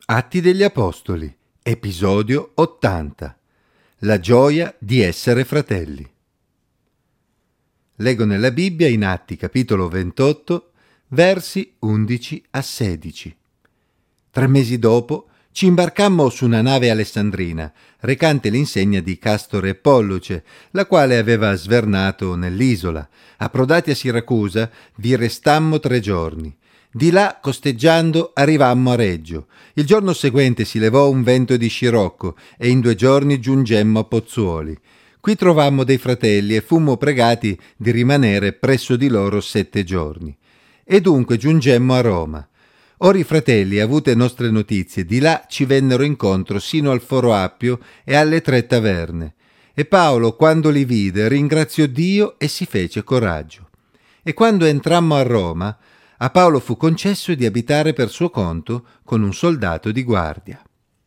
Atti degli Apostoli, episodio 80. La gioia di essere fratelli. Leggo nella Bibbia in Atti capitolo 28, versi 11 a 16. 3 mesi dopo ci imbarcammo su una nave alessandrina, recante l'insegna di Castore e Polluce, la quale aveva svernato nell'isola. Approdati a Siracusa, vi restammo 3 giorni. Di là, costeggiando, arrivammo a Reggio. Il giorno seguente si levò un vento di scirocco e in 2 giorni giungemmo a Pozzuoli. Qui trovammo dei fratelli e fummo pregati di rimanere presso di loro 7 giorni. E dunque giungemmo a Roma. Ora i fratelli, avute nostre notizie, di là ci vennero incontro sino al Foro Appio e alle 3 taverne. E Paolo, quando li vide, ringraziò Dio e si fece coraggio. E quando entrammo a Roma, a Paolo fu concesso di abitare per suo conto con un soldato di guardia.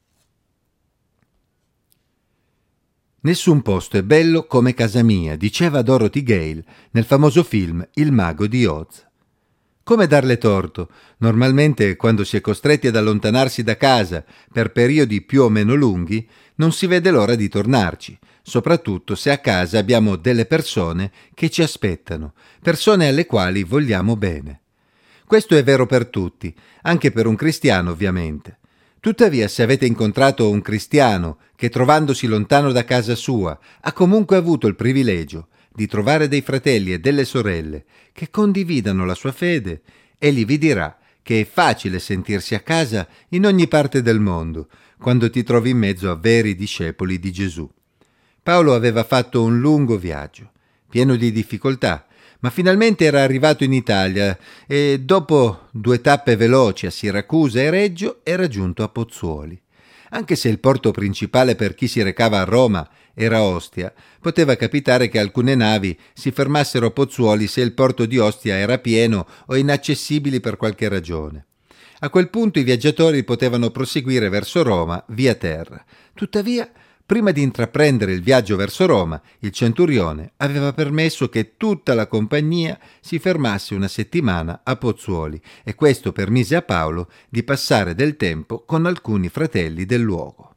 Nessun posto è bello come casa mia, diceva Dorothy Gale nel famoso film Il mago di Oz. Come darle torto? Normalmente quando si è costretti ad allontanarsi da casa per periodi più o meno lunghi, non si vede l'ora di tornarci, soprattutto se a casa abbiamo delle persone che ci aspettano, persone alle quali vogliamo bene. Questo è vero per tutti, anche per un cristiano ovviamente. Tuttavia, se avete incontrato un cristiano che, trovandosi lontano da casa sua, ha comunque avuto il privilegio di trovare dei fratelli e delle sorelle che condividano la sua fede, egli vi dirà che è facile sentirsi a casa in ogni parte del mondo, quando ti trovi in mezzo a veri discepoli di Gesù. Paolo aveva fatto un lungo viaggio, pieno di difficoltà, ma finalmente era arrivato in Italia e dopo 2 tappe veloci a Siracusa e Reggio era giunto a Pozzuoli. Anche se il porto principale per chi si recava a Roma era Ostia, poteva capitare che alcune navi si fermassero a Pozzuoli se il porto di Ostia era pieno o inaccessibile per qualche ragione. A quel punto i viaggiatori potevano proseguire verso Roma via terra. Tuttavia, prima di intraprendere il viaggio verso Roma, il centurione aveva permesso che tutta la compagnia si fermasse 1 settimana a Pozzuoli e questo permise a Paolo di passare del tempo con alcuni fratelli del luogo.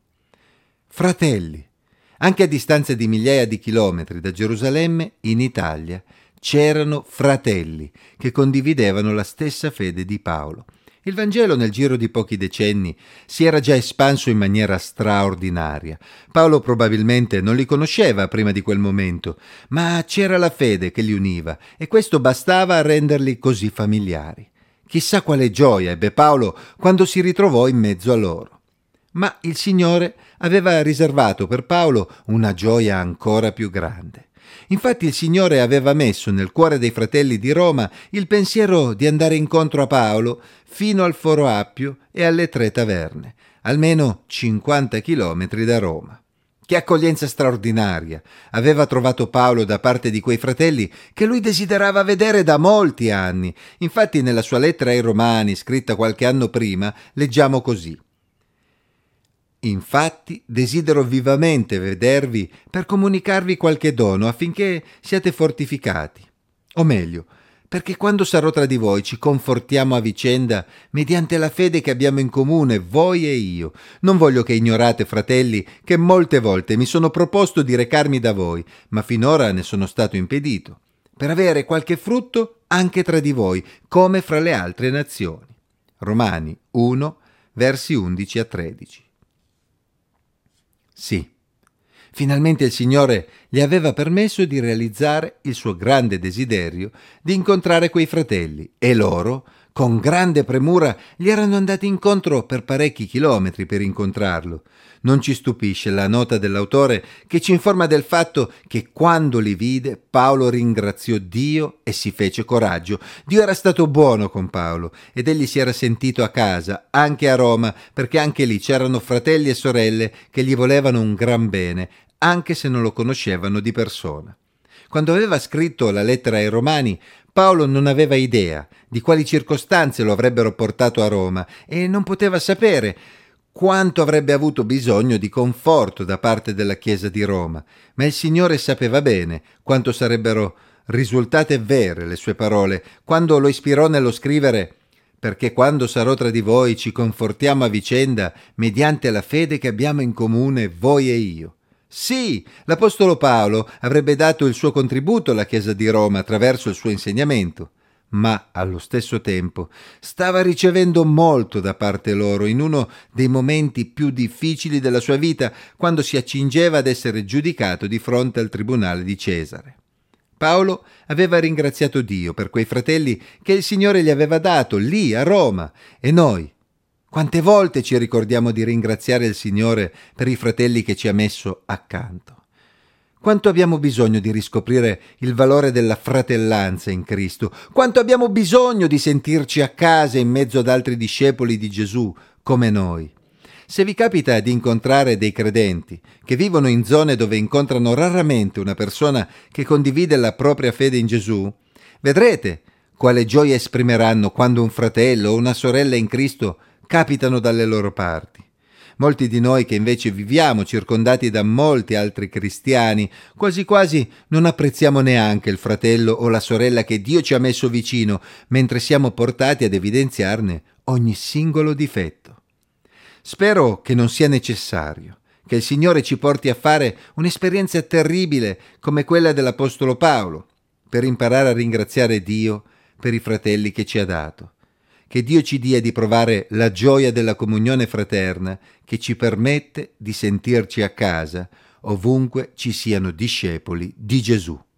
Fratelli! Anche a distanza di migliaia di chilometri da Gerusalemme, in Italia, c'erano fratelli che condividevano la stessa fede di Paolo. Il Vangelo nel giro di pochi decenni si era già espanso in maniera straordinaria. Paolo probabilmente non li conosceva prima di quel momento, ma c'era la fede che li univa e questo bastava a renderli così familiari. Chissà quale gioia ebbe Paolo quando si ritrovò in mezzo a loro. Ma il Signore aveva riservato per Paolo una gioia ancora più grande. Infatti il Signore aveva messo nel cuore dei fratelli di Roma il pensiero di andare incontro a Paolo fino al Foro Appio e alle 3 taverne, almeno 50 chilometri da Roma. Che accoglienza straordinaria aveva trovato Paolo da parte di quei fratelli che lui desiderava vedere da molti anni. Infatti nella sua lettera ai Romani, scritta qualche anno prima, leggiamo così: Infatti desidero vivamente vedervi per comunicarvi qualche dono affinché siate fortificati. O meglio, perché quando sarò tra di voi ci confortiamo a vicenda mediante la fede che abbiamo in comune voi e io. Non voglio che ignorate, fratelli, che molte volte mi sono proposto di recarmi da voi, ma finora ne sono stato impedito, per avere qualche frutto anche tra di voi, come fra le altre nazioni. Romani 1, versi 11 a 13. Sì, finalmente il Signore gli aveva permesso di realizzare il suo grande desiderio di incontrare quei fratelli e loro, con grande premura, gli erano andati incontro per parecchi chilometri per incontrarlo. Non ci stupisce la nota dell'autore che ci informa del fatto che quando li vide Paolo ringraziò Dio e si fece coraggio. Dio era stato buono con Paolo ed egli si era sentito a casa anche a Roma perché anche lì c'erano fratelli e sorelle che gli volevano un gran bene anche se non lo conoscevano di persona. Quando aveva scritto la lettera ai Romani, Paolo non aveva idea di quali circostanze lo avrebbero portato a Roma e non poteva sapere quanto avrebbe avuto bisogno di conforto da parte della Chiesa di Roma, ma il Signore sapeva bene quanto sarebbero risultate vere le sue parole quando lo ispirò nello scrivere: perché quando sarò tra di voi ci confortiamo a vicenda mediante la fede che abbiamo in comune voi e io. Sì, l'Apostolo Paolo avrebbe dato il suo contributo alla Chiesa di Roma attraverso il suo insegnamento, ma allo stesso tempo stava ricevendo molto da parte loro in uno dei momenti più difficili della sua vita, quando si accingeva ad essere giudicato di fronte al tribunale di Cesare. Paolo aveva ringraziato Dio per quei fratelli che il Signore gli aveva dato lì a Roma, e noi, quante volte ci ricordiamo di ringraziare il Signore per i fratelli che ci ha messo accanto? Quanto abbiamo bisogno di riscoprire il valore della fratellanza in Cristo? Quanto abbiamo bisogno di sentirci a casa in mezzo ad altri discepoli di Gesù come noi? Se vi capita di incontrare dei credenti che vivono in zone dove incontrano raramente una persona che condivide la propria fede in Gesù, vedrete quale gioia esprimeranno quando un fratello o una sorella in Cristo capitano dalle loro parti. Molti di noi che invece viviamo circondati da molti altri cristiani, quasi quasi non apprezziamo neanche il fratello o la sorella che Dio ci ha messo vicino, mentre siamo portati ad evidenziarne ogni singolo difetto. Spero che non sia necessario, che il Signore ci porti a fare un'esperienza terribile come quella dell'Apostolo Paolo, per imparare a ringraziare Dio per i fratelli che ci ha dato. Che Dio ci dia di provare la gioia della comunione fraterna che ci permette di sentirci a casa ovunque ci siano discepoli di Gesù.